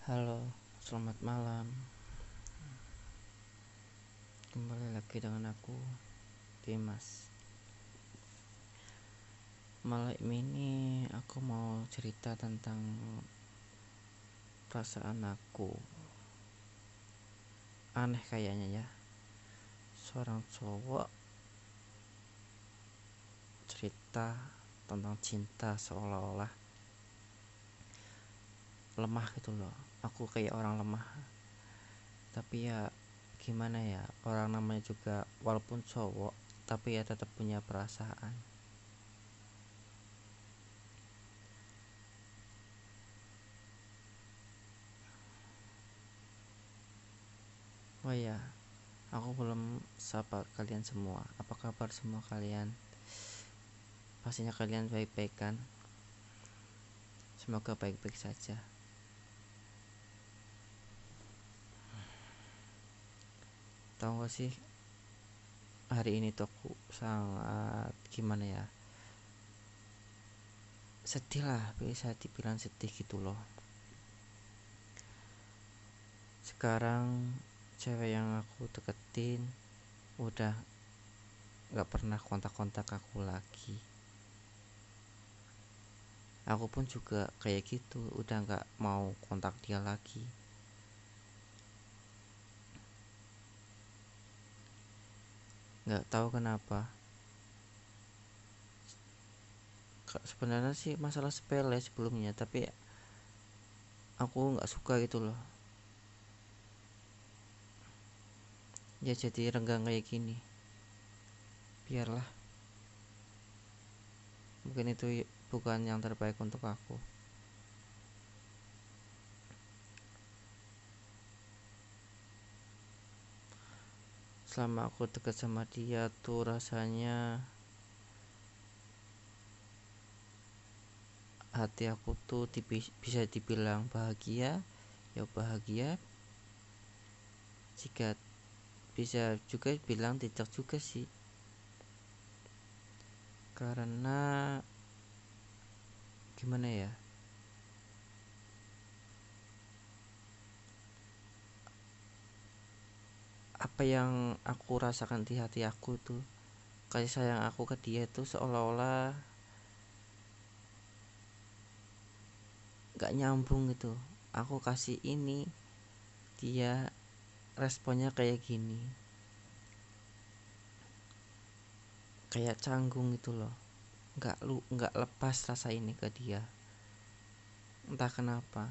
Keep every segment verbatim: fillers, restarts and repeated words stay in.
Halo, selamat malam. Kembali lagi dengan aku, Dimas. Malam ini aku mau cerita tentang perasaan aku. Aneh kayaknya ya. Seorang cowok cerita tentang cinta seolah-olah lemah gitu loh. Aku kayak orang lemah. Tapi ya gimana ya, orang namanya juga walaupun cowok tapi ya tetap punya perasaan. Oh ya, aku belum sapa kalian semua. Apa kabar semua kalian? Pastinya kalian baik-baik kan? Semoga baik-baik saja. Tahu gak sih, hari ini tuh aku sangat gimana ya, sedih lah, bisa dibilang sedih gitu loh. Sekarang cewek yang aku deketin udah gak pernah kontak-kontak aku lagi. Aku pun juga kayak gitu, udah gak mau kontak dia lagi. Gak tahu kenapa. Sebenarnya sih masalah sepele sebelumnya, tapi aku gak suka gitu loh. Ya jadi renggang kayak gini. Biarlah, mungkin itu bukan yang terbaik untuk aku. Selama aku deket sama dia tuh rasanya hati aku tuh bisa dibilang bahagia. Ya bahagia, jika bisa juga bilang tidak juga sih, karena gimana ya, apa yang aku rasakan di hati aku tuh, kasih sayang aku ke dia tuh seolah-olah gak nyambung gitu. Aku kasih ini, dia responnya kayak gini, kayak canggung gitu loh. Gak lu gak lepas rasa ini ke dia, entah kenapa.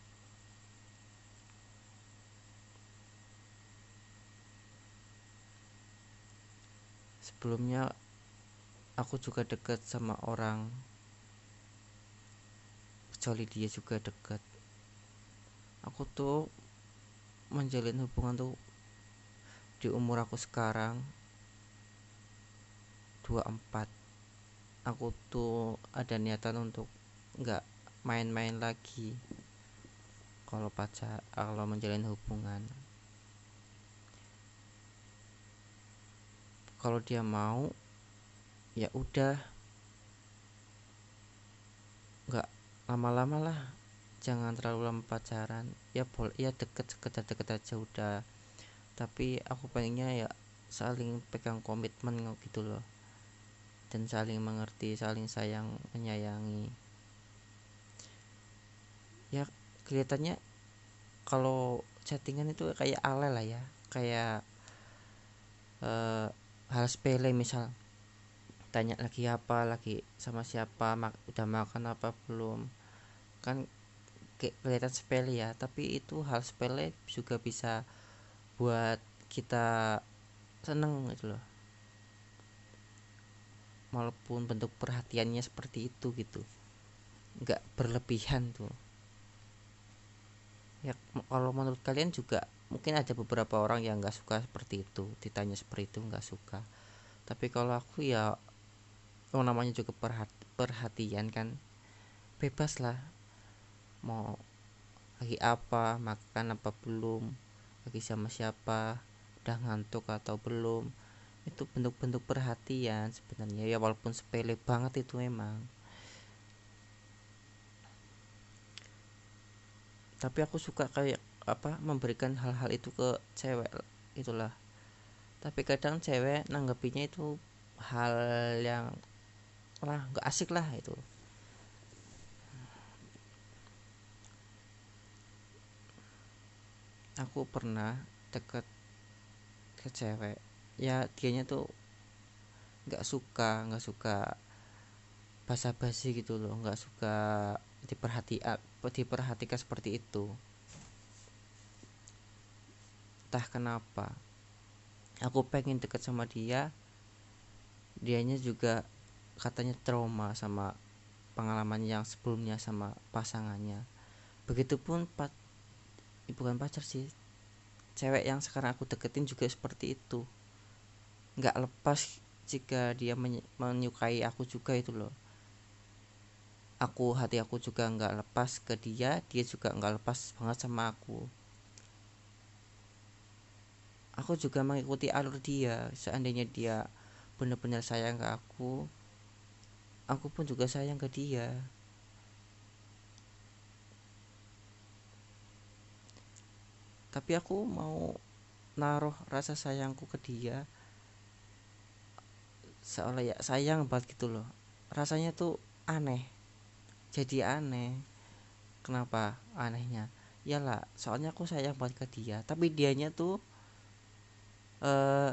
Sebelumnya aku juga deket sama orang, kecuali dia juga deket. Aku tuh menjalin hubungan tuh di umur aku sekarang dua puluh empat. Aku tuh ada niatan untuk nggak main-main lagi kalau pacar, kalau menjalin hubungan. Kalau dia mau, ya udah, nggak lama-lama lah, jangan terlalu lama pacaran. Ya boleh, ya deket, sekedar deket aja udah. Tapi aku pengennya ya saling pegang komitmen gitu loh, dan saling mengerti, saling sayang menyayangi. Ya kelihatannya kalau chattingan itu kayak alay lah ya, kayak uh, hal sepele, misal tanya lagi apa, lagi sama siapa, mak- udah makan apa belum, kan kayak kelihatan sepele ya, tapi itu hal sepele juga bisa buat kita seneng gitu loh, walaupun bentuk perhatiannya seperti itu gitu, nggak berlebihan tuh ya. Kalau menurut kalian juga mungkin ada beberapa orang yang nggak suka seperti itu, ditanya seperti itu nggak suka. Tapi kalau aku ya, oh namanya juga perhati perhatian kan, bebas lah, mau lagi apa, makan apa belum, lagi sama siapa, udah ngantuk atau belum, itu bentuk-bentuk perhatian sebenarnya ya, walaupun sepele banget itu emang. Tapi aku suka kayak apa memberikan hal-hal itu ke cewek itulah. Tapi kadang cewek nanggepinya itu hal yang lah nggak asik lah itu. Aku pernah deket ke cewek, ya dianya tuh nggak suka nggak suka basa-basi gitu loh, nggak suka diperhati diperhatikan seperti itu. Entah kenapa aku pengen deket sama dia, dianya juga katanya trauma sama pengalaman yang sebelumnya sama pasangannya. Begitupun pat bukan pacar sih, cewek yang sekarang aku deketin juga seperti itu, nggak lepas jika dia menyukai aku juga itu loh. Aku hati aku juga nggak lepas ke dia, dia juga nggak lepas banget sama aku. Aku juga mengikuti alur dia. Seandainya dia benar-benar sayang ke aku, aku pun juga sayang ke dia. Tapi aku mau naruh rasa sayangku ke dia seolah ya sayang banget gitu loh. Rasanya tuh aneh, jadi aneh. Kenapa anehnya? Iyalah, soalnya aku sayang banget ke dia, tapi dianya tuh eh,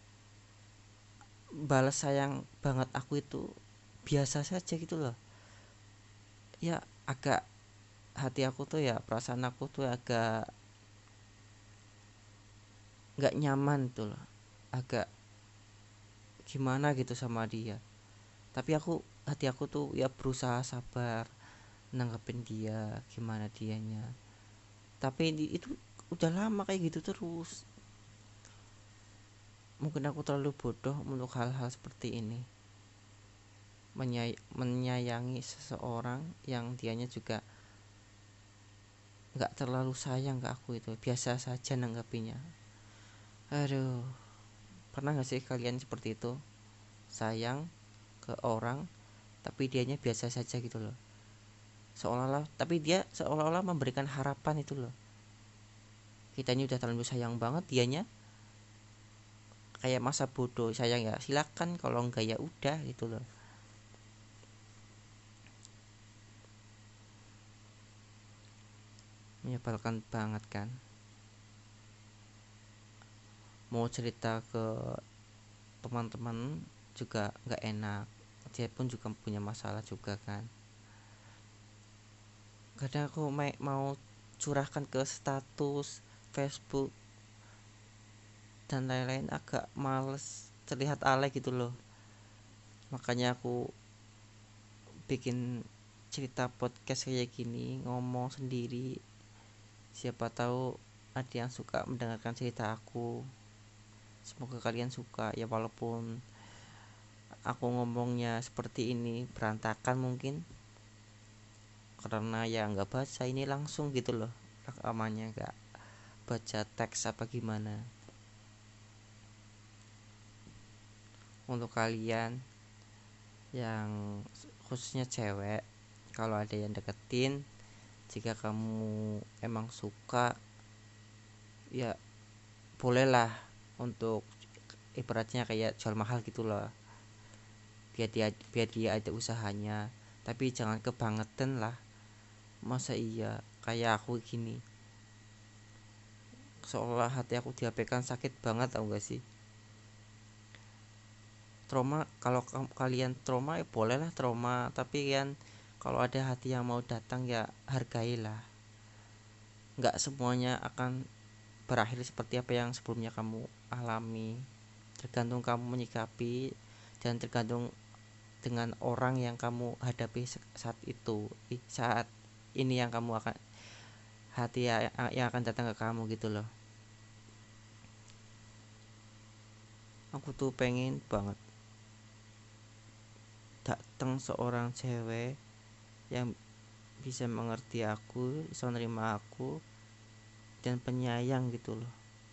balas sayang banget aku itu biasa saja gitu loh. Ya agak, hati aku tuh ya, perasaan aku tuh agak nggak nyaman tuh loh, agak gimana gitu sama dia. Tapi aku, hati aku tuh ya berusaha sabar nanggepin dia gimana dianya. Tapi itu udah lama kayak gitu terus. Mungkin aku terlalu bodoh untuk hal-hal seperti ini. Menyay- menyayangi seseorang yang dianya juga nggak terlalu sayang ke aku, itu biasa saja nanggapinya. Aduh, pernah nggak sih kalian seperti itu, sayang ke orang tapi dianya biasa saja gitu loh, seolah-olah, tapi dia seolah-olah memberikan harapan itu loh. Kita ini udah terlalu sayang banget, dianya kayak masa bodoh, sayang ya silakan, kalau enggak ya udah gitu loh. Menyebalkan banget kan. Mau cerita ke teman-teman juga nggak enak, dia pun juga punya masalah juga kan. Kadang aku mau curahkan ke status Facebook dan lain-lain, agak males, terlihat alay gitu loh. Makanya aku bikin cerita podcast kayak gini, ngomong sendiri. Siapa tahu ada yang suka mendengarkan cerita aku. Semoga kalian suka ya, walaupun aku ngomongnya seperti ini berantakan mungkin, karena ya nggak baca ini langsung gitu loh rekamannya, nggak baca teks apa gimana. Untuk kalian yang khususnya cewek, kalau ada yang deketin, jika kamu emang suka, ya bolehlah untuk ibaratnya kayak jual mahal gitu loh, biar dia biar dia ada usahanya. Tapi jangan kebangetan lah. Masa iya kayak aku gini, seolah hati aku diapekan, sakit banget tau gak sih. Trauma, kalau kalian trauma ya bolehlah trauma, tapi kan kalau ada hati yang mau datang ya hargailah. Nggak semuanya akan berakhir seperti apa yang sebelumnya kamu alami. Tergantung kamu menyikapi, dan tergantung dengan orang yang kamu hadapi saat itu, saat ini yang kamu akan hati yang akan datang ke kamu gitu loh. Aku tuh pengen banget datang seorang cewek yang bisa mengerti aku, bisa menerima aku, dan penyayang gitu loh.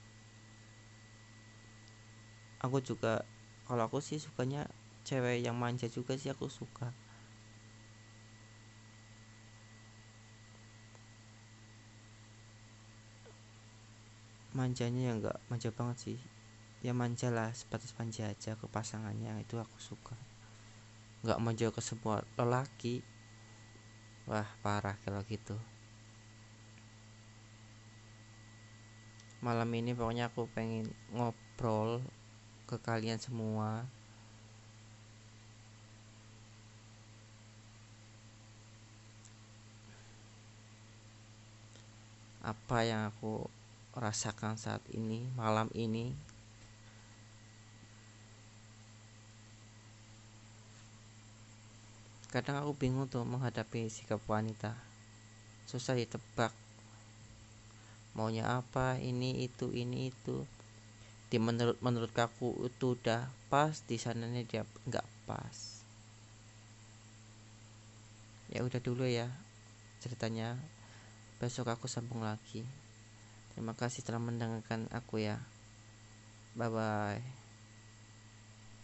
Aku juga, kalau aku sih sukanya cewek yang manja juga sih, aku suka. manjanya ya nggak manja banget sih, ya manja lah sebatas manja aja ke pasangannya, itu aku suka. Nggak manja ke semua lelaki, wah parah kalau gitu. Malam ini pokoknya aku pengen ngobrol ke kalian semua, apa yang aku rasakan saat ini, malam ini. Kadang aku bingung tuh menghadapi sikap wanita, susah ditebak maunya apa, ini itu ini itu. Di menurut menurut aku itu udah pas, di sananya dia nggak pas. Ya udah dulu ya ceritanya, besok aku sambung lagi. Terima kasih telah mendengarkan aku ya. Bye bye.